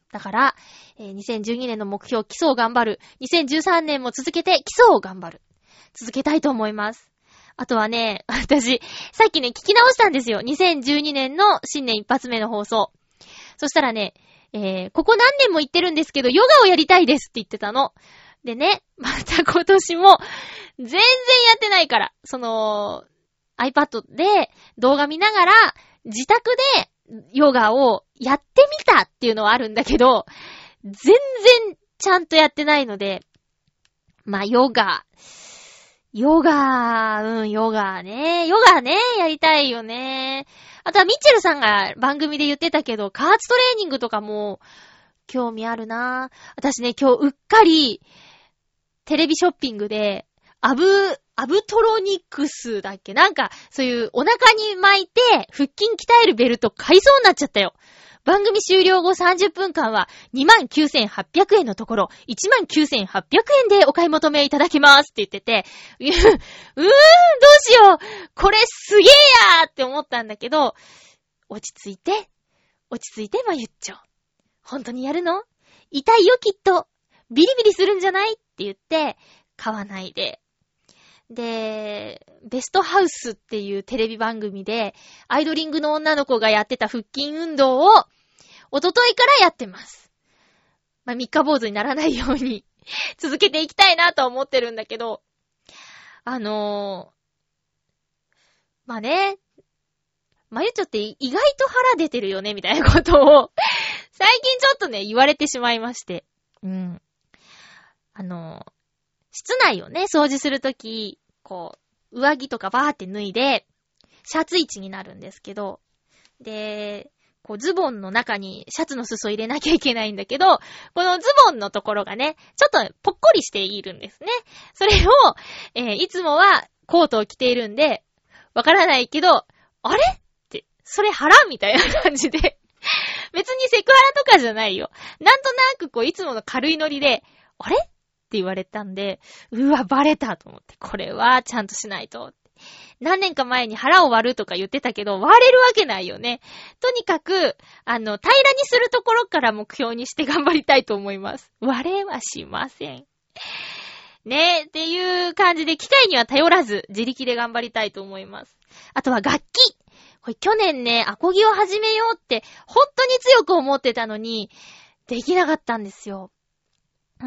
だから、えー、にせんじゅうにねんの目標、基礎を頑張る。にせんじゅうさんねんも続けて基礎を頑張る。続けたいと思います。あとはね、私、さっきね、聞き直したんですよ。にせんじゅうにねんの新年一発目の放送。そしたらね、えー、ここ何年も言ってるんですけど、ヨガをやりたいですって言ってたの。でね、また今年も、全然やってないから、その、iPad で動画見ながら、自宅でヨガをやってみたっていうのはあるんだけど、全然ちゃんとやってないので、まあ、ヨガ、ヨガ、うん、ヨガね、ヨガね、やりたいよね。あとはミッチェルさんが番組で言ってたけど、加圧トレーニングとかも興味あるな。私ね、今日うっかりテレビショッピングでアブ、アブトロニクスだっけ？なんかそういうお腹に巻いて腹筋鍛えるベルト買いそうになっちゃったよ。番組終了後さんじゅっぷんかんは にまんきゅうせんはっぴゃくえんのところ いちまんきゅうせんはっぴゃくえんでお買い求めいただけますって言ってて、うーん、どうしよう、これすげーやーって思ったんだけど、落ち着いて、落ち着いてまゆっちょ。本当にやるの？痛いよきっと。ビリビリするんじゃないって言って、買わないで。で、ベストハウスっていうテレビ番組で、アイドリングの女の子がやってた腹筋運動を、おとといからやってます。まあ、三日坊主にならないように、続けていきたいなと思ってるんだけど、あのー、まあね、まゆちょって意外と腹出てるよね、みたいなことを、最近ちょっとね、言われてしまいまして。うん。あのー、室内をね、掃除するとき、こう、上着とかバーって脱いで、シャツ位置になるんですけど、で、こうズボンの中にシャツの裾入れなきゃいけないんだけど、このズボンのところがね、ちょっとぽっこりしているんですね。それを、えー、いつもはコートを着ているんで、わからないけど、あれって、それ腹みたいな感じで、別にセクハラとかじゃないよ。なんとなくこう、いつもの軽いノリで、あれって言われたんで、うわ、バレたと思って、これはちゃんとしないと。何年か前に腹を割るとか言ってたけど、割れるわけないよね。とにかく、あの、平らにするところから目標にして頑張りたいと思います。割れはしません。ねえ、っていう感じで、機械には頼らず、自力で頑張りたいと思います。あとは楽器。これ去年ね、アコギを始めようって、本当に強く思ってたのに、できなかったんですよ。うん。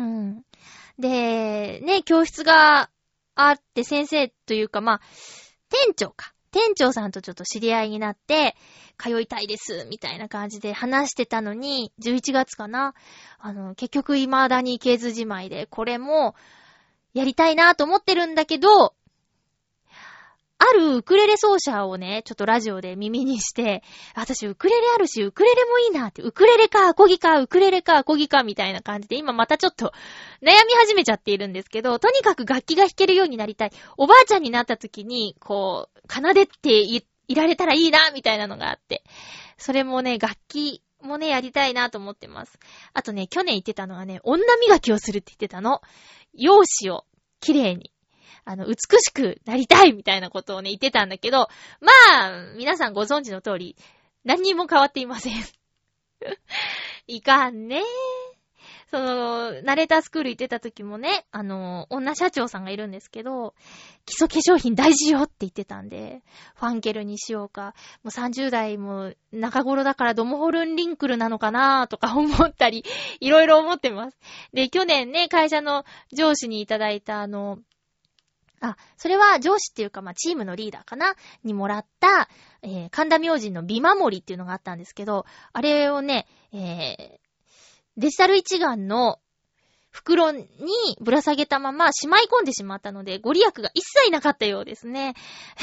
で、ね、教室があって先生というか、まあ、店長か。店長さんとちょっと知り合いになって、通いたいです、みたいな感じで話してたのに、じゅういちがつかな。あの、結局未だに行けずじまいで、これも、やりたいなと思ってるんだけど、あるウクレレ奏者をね、ちょっとラジオで耳にして、私ウクレレあるし、ウクレレもいいなって、ウクレレか、アコギか、ウクレレか、アコギか、みたいな感じで、今またちょっと悩み始めちゃっているんですけど、とにかく楽器が弾けるようになりたい。おばあちゃんになった時に、こう、奏でて い, いられたらいいな、みたいなのがあって。それもね、楽器もね、やりたいなと思ってます。あとね、去年言ってたのがね、女磨きをするって言ってたの。容姿を綺麗に。あの、美しくなりたいみたいなことをね、言ってたんだけど、まあ、皆さんご存知の通り、何にも変わっていません。いかんね。その、ナレータースクール行ってた時もね、あの、女社長さんがいるんですけど、基礎化粧品大事よって言ってたんで、ファンケルにしようか、もうさんじゅう代も中頃だからドモホルンリンクルなのかなとか思ったり、いろいろ思ってます。で、去年ね、会社の上司にいただいたあの、あ、それは上司っていうか、まあ、チームのリーダーかなにもらった、えー、神田明神の美守りっていうのがあったんですけど、あれをね、えー、デジタル一眼の袋にぶら下げたまましまい込んでしまったので、ご利益が一切なかったようですね。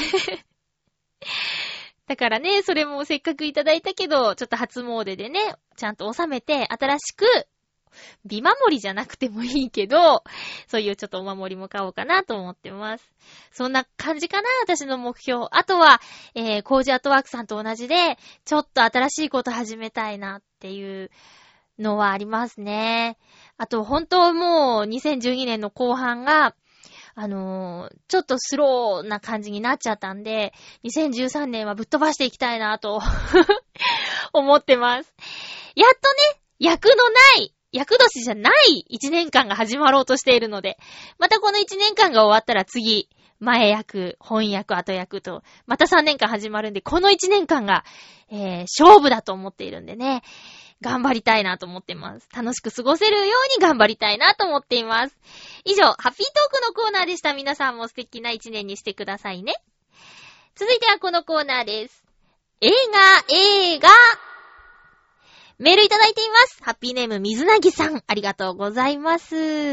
だからね、それもせっかくいただいたけど、ちょっと初詣でね、ちゃんと収めて、新しく、美守りじゃなくてもいいけど、そういうちょっとお守りも買おうかなと思ってます。そんな感じかな、私の目標。あとは、えー、コージアットワークさんと同じで、ちょっと新しいこと始めたいなっていうのはありますね。あと、本当もうにせんじゅうにねんの後半が、あのー、ちょっとスローな感じになっちゃったんで、にせんじゅうさんねんはぶっ飛ばしていきたいなと思ってます。やっとね、 役のない、役年じゃない一年間が始まろうとしているので、またこの一年間が終わったら次、前役、本役、後役と、またさんねんかん始まるんで、このいちねんかんが、えー、勝負だと思っているんでね、頑張りたいなと思っています。楽しく過ごせるように頑張りたいなと思っています。以上、ハッピートークのコーナーでした。皆さんも素敵な一年にしてくださいね。続いてはこのコーナーです。映画、映画メールいただいています。ハッピーネーム水なぎさん、ありがとうございます。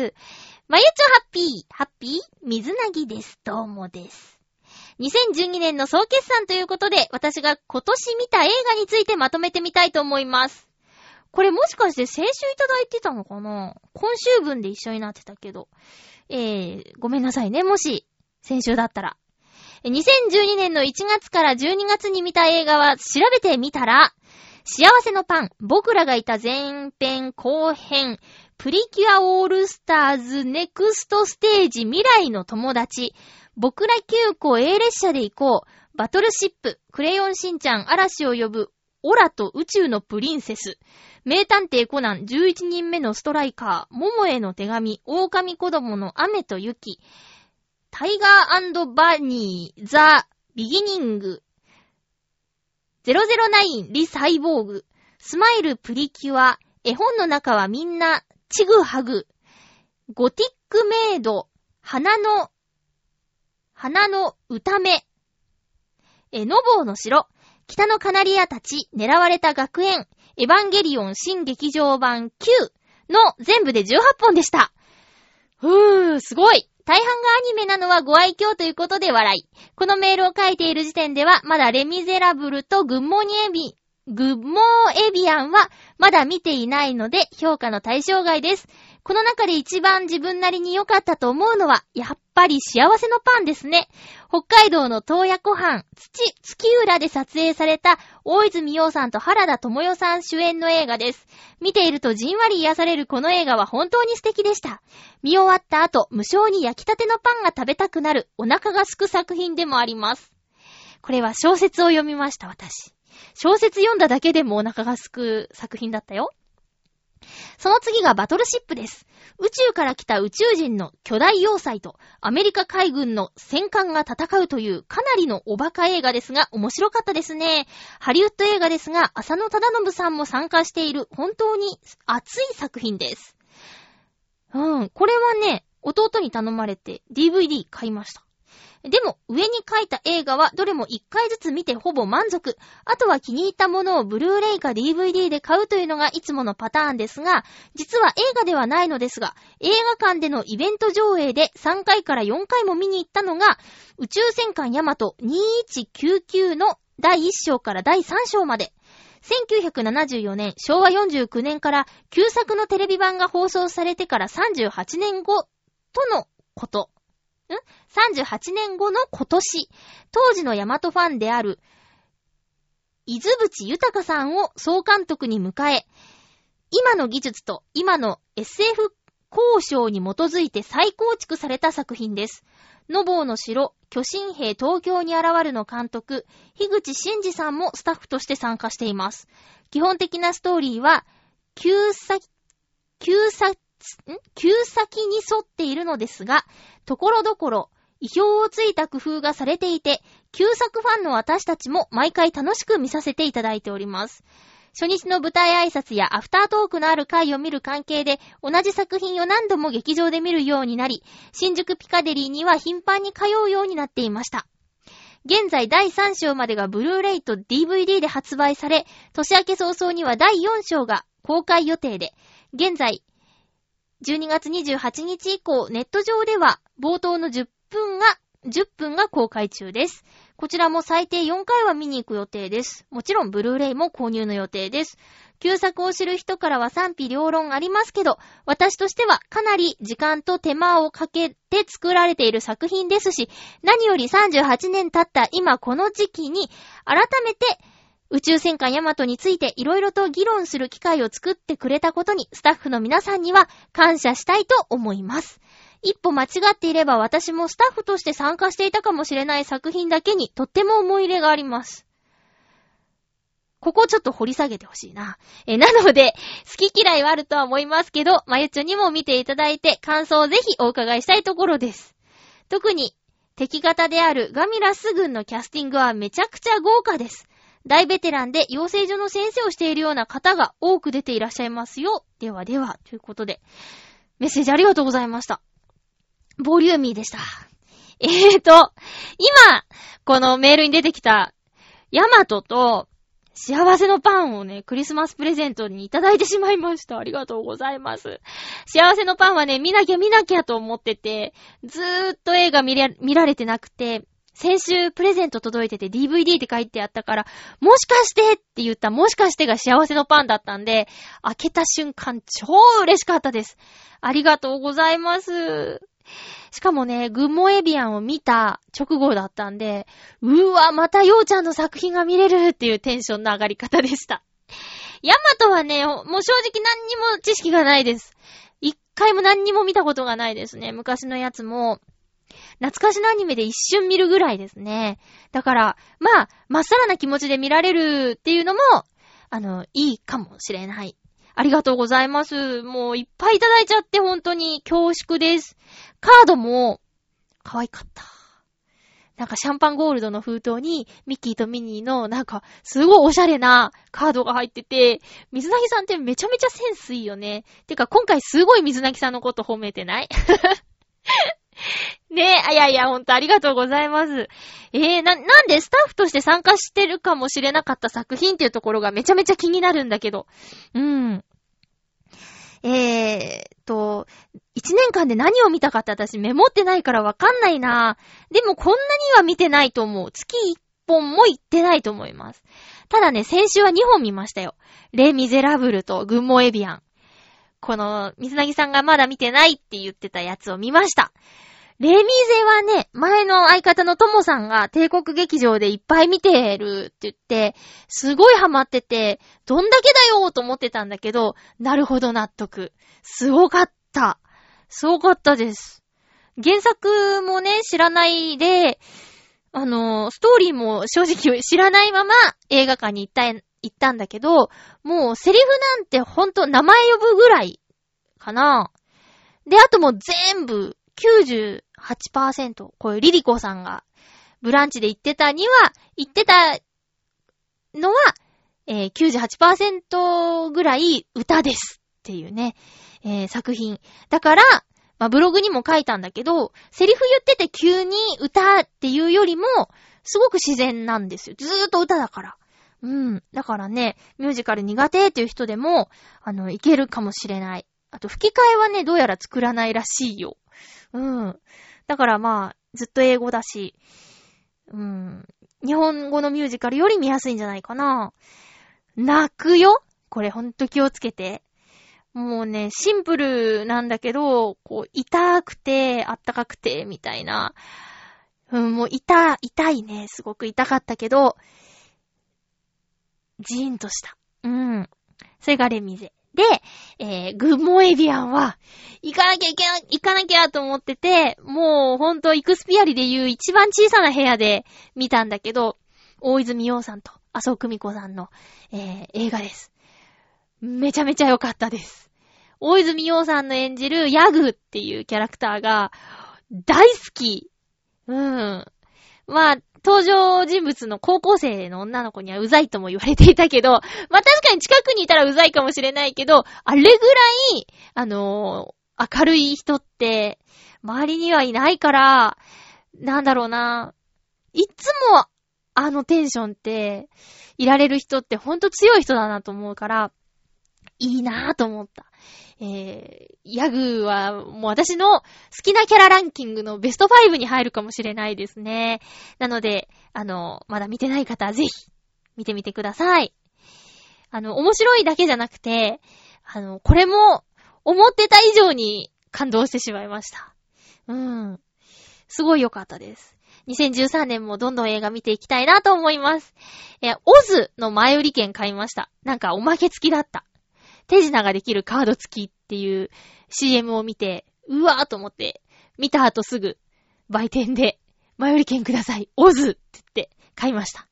まゆちょハッピー、ハッピー水なぎです。どうもです。にせんじゅうにねんの総決算ということで、私が今年見た映画についてまとめてみたいと思います。これもしかして先週いただいてたのかな？今週分で一緒になってたけど。えー、ごめんなさいね。もし、先週だったら。にせんじゅうにねんのいちがつからじゅうにがつに見た映画は調べてみたら、幸せのパン、僕らがいた前編後編、プリキュアオールスターズネクストステージ未来の友達、僕ら急行 A 列車で行こう、バトルシップ、クレヨンしんちゃん嵐を呼ぶ、オラと宇宙のプリンセス、名探偵コナンじゅういちにんめのストライカー、桃への手紙、狼子供の雨と雪、タイガー&バニー、ザ・ビギニング、ゼロゼロナインリサイボーグ、スマイルプリキュア、絵本の中はみんな、チグハグ、ゴティックメイド、花の、花の歌目、え、ノボーの城、北のカナリアたち、狙われた学園、エヴァンゲリオン新劇場版きゅうの全部でじゅうはっぽんでした。ふー、すごい。大半がアニメなのはご愛嬌ということで笑い。このメールを書いている時点では、まだレミゼラブルとグッモニエビ、グッモーエビアンはまだ見ていないので評価の対象外です。この中で一番自分なりに良かったと思うのは、やっぱり幸せのパンですね。北海道の洞爺湖畔、土、月浦で撮影された大泉洋さんと原田知世さん主演の映画です。見ているとじんわり癒されるこの映画は本当に素敵でした。見終わった後、無性に焼きたてのパンが食べたくなるお腹がすく作品でもあります。これは小説を読みました、私。小説読んだだけでもお腹がすく作品だったよ。その次がバトルシップです。宇宙から来た宇宙人の巨大要塞とアメリカ海軍の戦艦が戦うというかなりのおバカ映画ですが面白かったですね。ハリウッド映画ですが浅野忠信さんも参加している本当に熱い作品です。うん、これはね、弟に頼まれて ディーブイディー 買いました。でも上に書いた映画はどれもいっかいずつ見てほぼ満足。あとは気に入ったものをブルーレイか ディーブイディー で買うというのがいつものパターンですが、実は映画ではないのですが、映画館でのイベント上映でさんかいからよんかいも見に行ったのが、宇宙戦艦ヤマトにせんひゃくきゅうじゅうきゅうのだいいっ章からだいさん章まで。せんきゅうひゃくななじゅうよねん、しょうわよんじゅうきゅうねんから旧作のテレビ版が放送されてからさんじゅうはちねんごとのこと。ん ?さんじゅうはちねんごの今年、当時のヤマトファンである、伊豆淵豊さんを総監督に迎え、今の技術と今の エスエフ 交渉に基づいて再構築された作品です。ノボーの城、巨神兵東京に現るの監督、樋口真嗣さんもスタッフとして参加しています。基本的なストーリーは、旧作、旧作、ん旧先に沿っているのですが、ところどころ意表をついた工夫がされていて、旧作ファンの私たちも毎回楽しく見させていただいております。初日の舞台挨拶やアフタートークのある回を見る関係で、同じ作品を何度も劇場で見るようになり、新宿ピカデリーには頻繁に通うようになっていました。現在だいさん章までがブルーレイと ディーブイディー で発売され、年明け早々にはだいよん章が公開予定で、現在じゅうにがつにじゅうはちにち以降、ネット上では冒頭のじゅっぷんが、じゅっぷんが公開中です。こちらも最低よんかいは見に行く予定です。もちろんブルーレイも購入の予定です。旧作を知る人からは賛否両論ありますけど、私としてはかなり時間と手間をかけて作られている作品ですし、何よりさんじゅうはちねん経った今この時期に改めて宇宙戦艦ヤマトについていろいろと議論する機会を作ってくれたことに、スタッフの皆さんには感謝したいと思います。一歩間違っていれば私もスタッフとして参加していたかもしれない作品だけにとっても思い入れがあります。 ここをちょっと掘り下げてほしいな。え、なので、好き嫌いはあるとは思いますけど、まゆちょにも見ていただいて、感想をぜひお伺いしたいところです。特に、敵方であるガミラス軍のキャスティングはめちゃくちゃ豪華です。大ベテランで養成所の先生をしているような方が多く出ていらっしゃいますよ。ではでは、ということで、メッセージありがとうございました。ボリューミーでした。えーと、今、このメールに出てきた、ヤマトと、幸せのパンをね、クリスマスプレゼントにいただいてしまいました。ありがとうございます。幸せのパンはね、見なきゃ見なきゃと思ってて、ずーっと映画見れ、見られてなくて、先週プレゼント届いてて ディーブイディー って書いてあったから、もしかしてって言ったもしかしてが幸せのパンだったんで、開けた瞬間超嬉しかったです。ありがとうございます。しかもね、グモエビアンを見た直後だったんで、うわ、またようちゃんの作品が見れるっていうテンションの上がり方でした。ヤマトはね、もう正直何にも知識がないです。一回も何にも見たことがないですね。昔のやつも、懐かしのアニメで一瞬見るぐらいですね。だから、まあ、まっさらな気持ちで見られるっていうのも、あの、いいかもしれない。ありがとうございます。もういっぱいいただいちゃって本当に恐縮です。カードも可愛かった。なんかシャンパンゴールドの封筒にミッキーとミニーのなんかすごいおしゃれなカードが入ってて、水なぎさんってめちゃめちゃセンスいいよね。てか今回すごい水なぎさんのこと褒めてないねえ、いやいや、ほんとありがとうございます。えー、な、なんでスタッフとして参加してるかもしれなかった作品っていうところがめちゃめちゃ気になるんだけど。うん。えーと、一年間で何を見たかって私メモってないからわかんないな。でもこんなには見てないと思う。月一本も行ってないと思います。ただね、先週は二本見ましたよ。レ・ミゼラブルとグンモエビアン。この、水なぎさんがまだ見てないって言ってたやつを見ました。レ・ミゼはね、前の相方のトモさんが帝国劇場でいっぱい見てるって言って、すごいハマってて、どんだけだよーと思ってたんだけど、なるほど納得。すごかった。すごかったです。原作もね、知らないで、あの、ストーリーも正直知らないまま映画館に行った、行ったんだけど、もうセリフなんてほんと名前呼ぶぐらいかな。で、あともう全部、きゅうじゅうはちパーセント、これリリコさんがブランチで言ってたには、言ってたのは、えー、きゅうじゅうはちパーセント ぐらい歌ですっていうね、えー、作品。だから、まあ、ブログにも書いたんだけど、セリフ言ってて急に歌っていうよりも、すごく自然なんですよ。ずーっと歌だから。うん。だからね、ミュージカル苦手っていう人でも、あの、いけるかもしれない。あと、吹き替えはね、どうやら作らないらしいよ。うん。だからまあ、ずっと英語だし、うん。日本語のミュージカルより見やすいんじゃないかな。泣くよ？これほんと気をつけて。もうね、シンプルなんだけど、こう、痛くて、あったかくて、みたいな。うん、もう痛、痛いね。すごく痛かったけど、ジーンとした。うん。それがレミゼ。で、えー、グモエビアンは、行かなきゃいけな、行かなきゃと思ってて、もうほんとイクスピアリでいう一番小さな部屋で見たんだけど、大泉洋さんと麻生久美子さんの、えー、映画です。めちゃめちゃ良かったです。大泉洋さんの演じるヤグっていうキャラクターが大好き。うん。まあ、登場人物の高校生の女の子にはうざいとも言われていたけど、まあ確かに近くにいたらうざいかもしれないけど、あれぐらい、あのー、明るい人って、周りにはいないから、なんだろうな、いつもあのテンションって、いられる人ってほんと強い人だなと思うから、いいなぁと思った。えー、ヤグはもう私の好きなキャラランキングのベストファイブに入るかもしれないですね。なので、あの、まだ見てない方はぜひ見てみてください。あの、面白いだけじゃなくて、あの、これも思ってた以上に感動してしまいました。うん。すごい良かったです。にせんじゅうさんねんもどんどん映画見ていきたいなと思います。えー、オズの前売り券買いました。なんかおまけ付きだった。手品ができるカード付きっていう シーエム を見て、うわーと思って、見た後すぐ売店で前売り券ください、オズって言って買いました。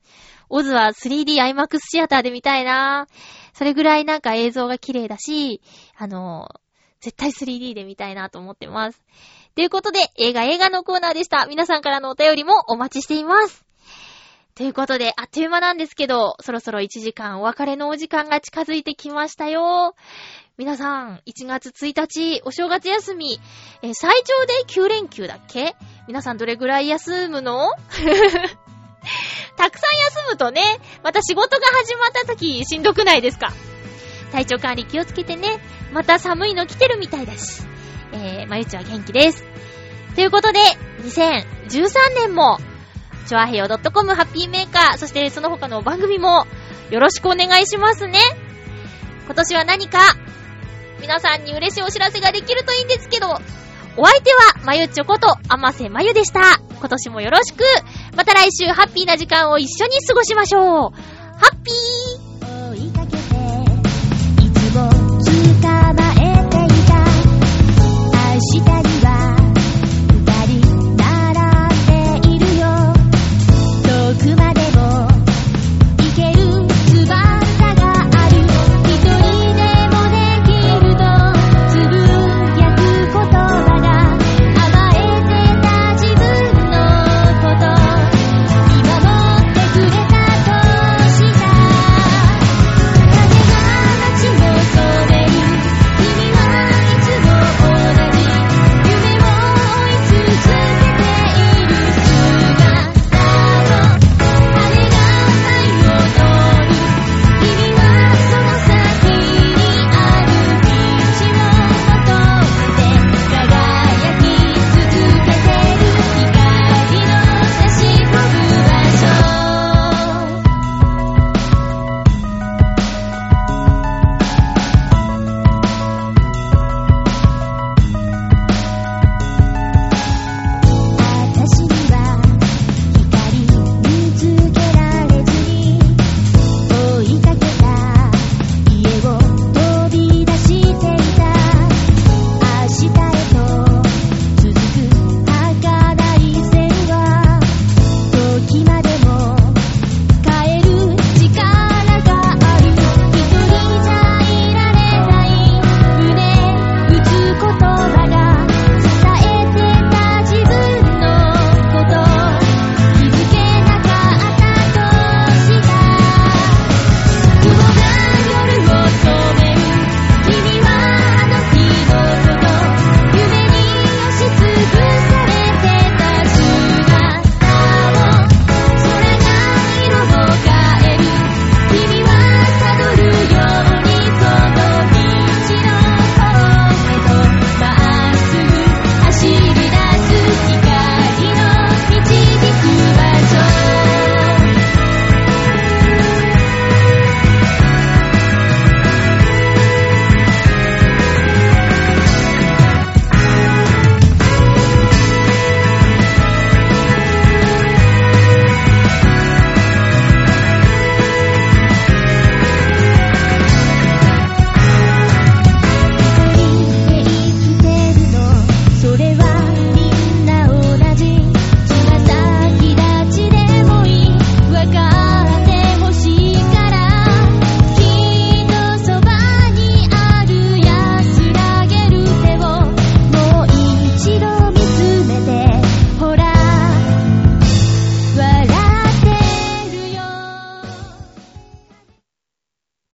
オズは スリーディーアイマックス シアターで見たいな。それぐらいなんか映像が綺麗だし、あの、絶対 スリーディー で見たいなと思ってます。ということで、映画映画のコーナーでした。皆さんからのお便りもお待ちしています。ということで、あっという間なんですけど、そろそろいちじかんお別れのお時間が近づいてきましたよ。皆さん、いちがつついたち、お正月休み、えー、最長できゅうれんきゅうだっけ？皆さんどれぐらい休むの？たくさん休むとね、また仕事が始まった時しんどくないですか？体調管理気をつけてね。また寒いの来てるみたいだし。えー、まゆちは元気です。ということで、にせんじゅうさんねんも、チョアヘヨ .com ハッピーメーカー、そしてその他の番組もよろしくお願いしますね。今年は何か、皆さんに嬉しいお知らせができるといいんですけど、お相手はまゆちょことあませまゆでした。今年もよろしく。また来週ハッピーな時間を一緒に過ごしましょう。ハッピー